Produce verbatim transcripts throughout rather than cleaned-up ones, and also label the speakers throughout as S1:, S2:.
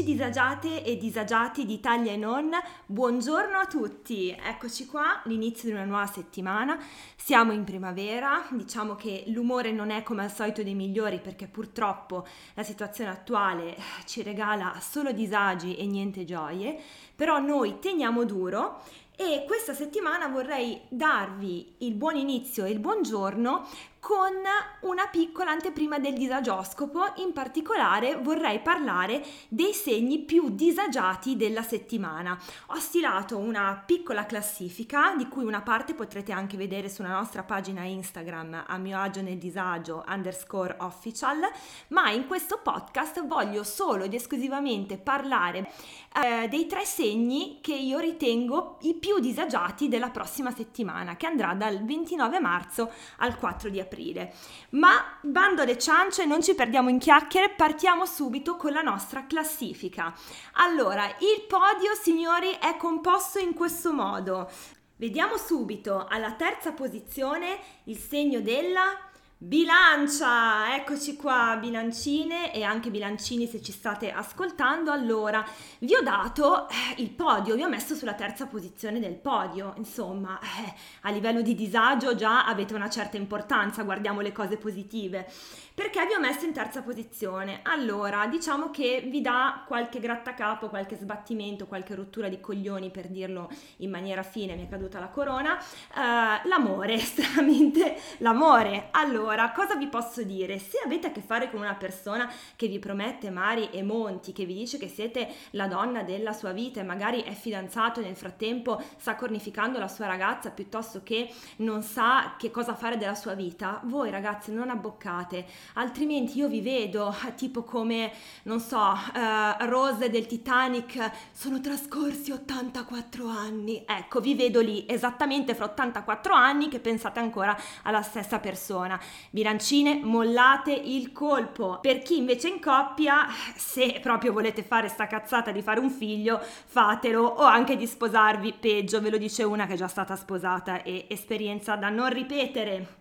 S1: Amici disagiate e disagiati d'Italia e non, buongiorno a tutti, eccoci qua, l'inizio di una nuova settimana, siamo in primavera, diciamo che l'umore non è come al solito dei migliori perché purtroppo la situazione attuale ci regala solo disagi e niente gioie, però noi teniamo duro e questa settimana vorrei darvi il buon inizio e il buongiorno con una piccola anteprima del disagioscopo. In particolare vorrei parlare dei segni più disagiati della settimana. Ho stilato una piccola classifica di cui una parte potrete anche vedere sulla nostra pagina Instagram a mio agio nel disagio underscore official, ma in questo podcast voglio solo ed esclusivamente parlare eh, dei tre segni che io ritengo i più disagiati della prossima settimana, che andrà dal ventinove marzo al quattro di aprile. Ma bando alle ciance, non ci perdiamo in chiacchiere, partiamo subito con la nostra classifica. Allora, il podio, signori, è composto in questo modo. Vediamo subito alla terza posizione il segno della bilancia. Eccoci qua, bilancine e anche bilancini se ci state ascoltando. Allora, vi ho dato eh, il podio, vi ho messo sulla terza posizione del podio, insomma, eh, a livello di disagio già avete una certa importanza, guardiamo le cose positive. Perché vi ho messo in terza posizione? Allora, diciamo che vi dà qualche grattacapo, qualche sbattimento, qualche rottura di coglioni, per dirlo in maniera fine, mi è caduta la corona, eh, l'amore, estremamente l'amore. Allora, cosa vi posso dire? Se avete a che fare con una persona che vi promette mari e monti, che vi dice che siete la donna della sua vita e magari è fidanzato e nel frattempo sta cornificando la sua ragazza piuttosto che non sa che cosa fare della sua vita, voi ragazze non abboccate. Altrimenti io vi vedo tipo come, non so, uh, Rose del Titanic, sono trascorsi ottantaquattro anni, ecco, vi vedo lì esattamente fra ottantaquattro anni che pensate ancora alla stessa persona. Bilancine, mollate il colpo. Per chi invece è in coppia, se proprio volete fare sta cazzata di fare un figlio, fatelo, o anche di sposarvi, peggio, ve lo dice una che è già stata sposata e esperienza da non ripetere.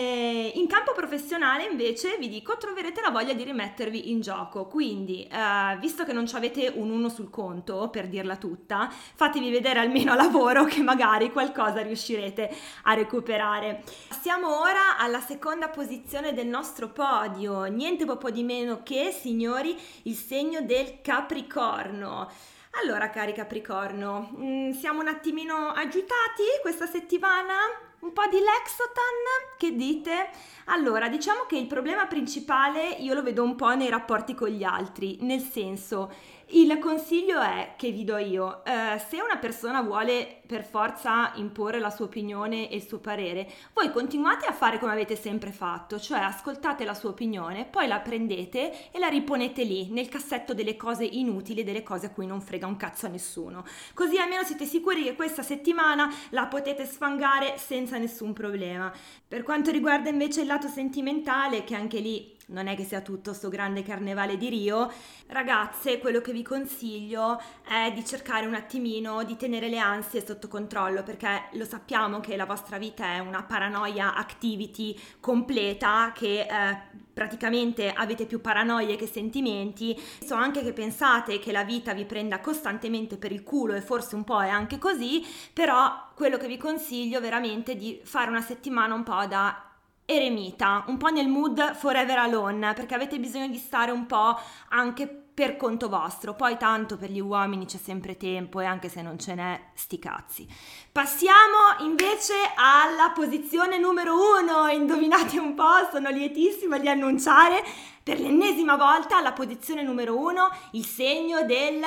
S1: E in campo professionale invece vi dico troverete la voglia di rimettervi in gioco, quindi eh, visto che non ci avete un uno sul conto, per dirla tutta, fatevi vedere almeno a lavoro che magari qualcosa riuscirete a recuperare. Siamo ora alla seconda posizione del nostro podio, niente po' di meno che, signori, il segno del Capricorno. Allora, cari Capricorno, mh, siamo un attimino agitati questa settimana? Un po' di Lexotan? Che dite? Allora, diciamo che il problema principale io lo vedo un po' nei rapporti con gli altri, nel senso, il consiglio è che vi do io, eh, se una persona vuole per forza imporre la sua opinione e il suo parere, voi continuate a fare come avete sempre fatto, cioè ascoltate la sua opinione, poi la prendete e la riponete lì, nel cassetto delle cose inutili, delle cose a cui non frega un cazzo a nessuno. Così almeno siete sicuri che questa settimana la potete sfangare senza nessun problema. Per quanto riguarda invece il lato sentimentale, che anche lì non è che sia tutto sto grande carnevale di Rio, ragazze, quello che vi consiglio è di cercare un attimino di tenere le ansie sotto controllo, perché lo sappiamo che la vostra vita è una paranoia activity completa, che eh, praticamente avete più paranoie che sentimenti. So anche che pensate che la vita vi prenda costantemente per il culo e forse un po' è anche così, però quello che vi consiglio veramente è di fare una settimana un po' da eremita, un po' nel mood forever alone, perché avete bisogno di stare un po' anche per conto vostro. Poi tanto per gli uomini c'è sempre tempo e anche se non ce n'è, sti cazzi. Passiamo invece alla posizione numero uno. Indovinate un po', sono lietissima di annunciare per l'ennesima volta alla posizione numero uno il segno del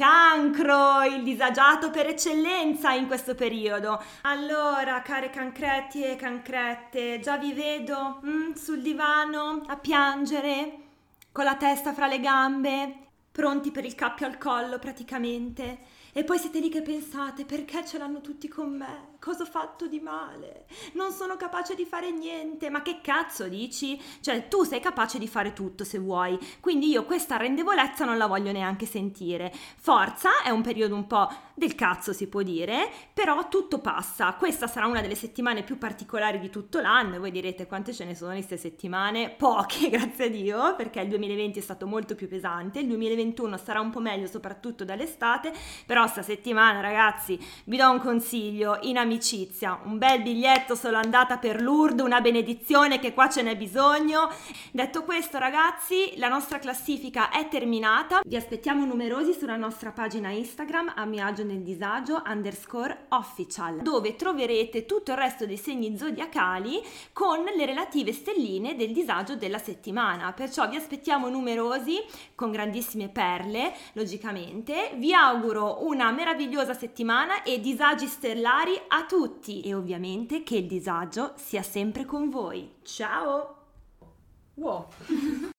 S1: Cancro, il disagiato per eccellenza in questo periodo. Allora, care cancretti e cancrette, già vi vedo mm, sul divano a piangere, con la testa fra le gambe, pronti per il cappio al collo praticamente. E poi siete lì che pensate, perché ce l'hanno tutti con me? Cosa ho fatto di male? Non sono capace di fare niente, ma che cazzo dici? Cioè, tu sei capace di fare tutto se vuoi, quindi io questa arrendevolezza non la voglio neanche sentire. Forza, è un periodo un po' del cazzo si può dire, però tutto passa. Questa sarà una delle settimane più particolari di tutto l'anno e voi direte quante ce ne sono in queste settimane? Poche, grazie a Dio, perché il duemilaventi è stato molto più pesante, il duemilaventuno sarà un po' meglio soprattutto dall'estate, però sta settimana ragazzi vi do un consiglio in amicizia, un bel biglietto solo andata per Lourdes, una benedizione che qua ce n'è bisogno. Detto questo ragazzi, la nostra classifica è terminata, vi aspettiamo numerosi sulla nostra pagina Instagram a mio agio nel disagio underscore official, dove troverete tutto il resto dei segni zodiacali con le relative stelline del disagio della settimana, perciò vi aspettiamo numerosi con grandissime perle logicamente. Vi auguro una meravigliosa settimana e disagi stellari a tutti e ovviamente che il disagio sia sempre con voi. Ciao! Wow!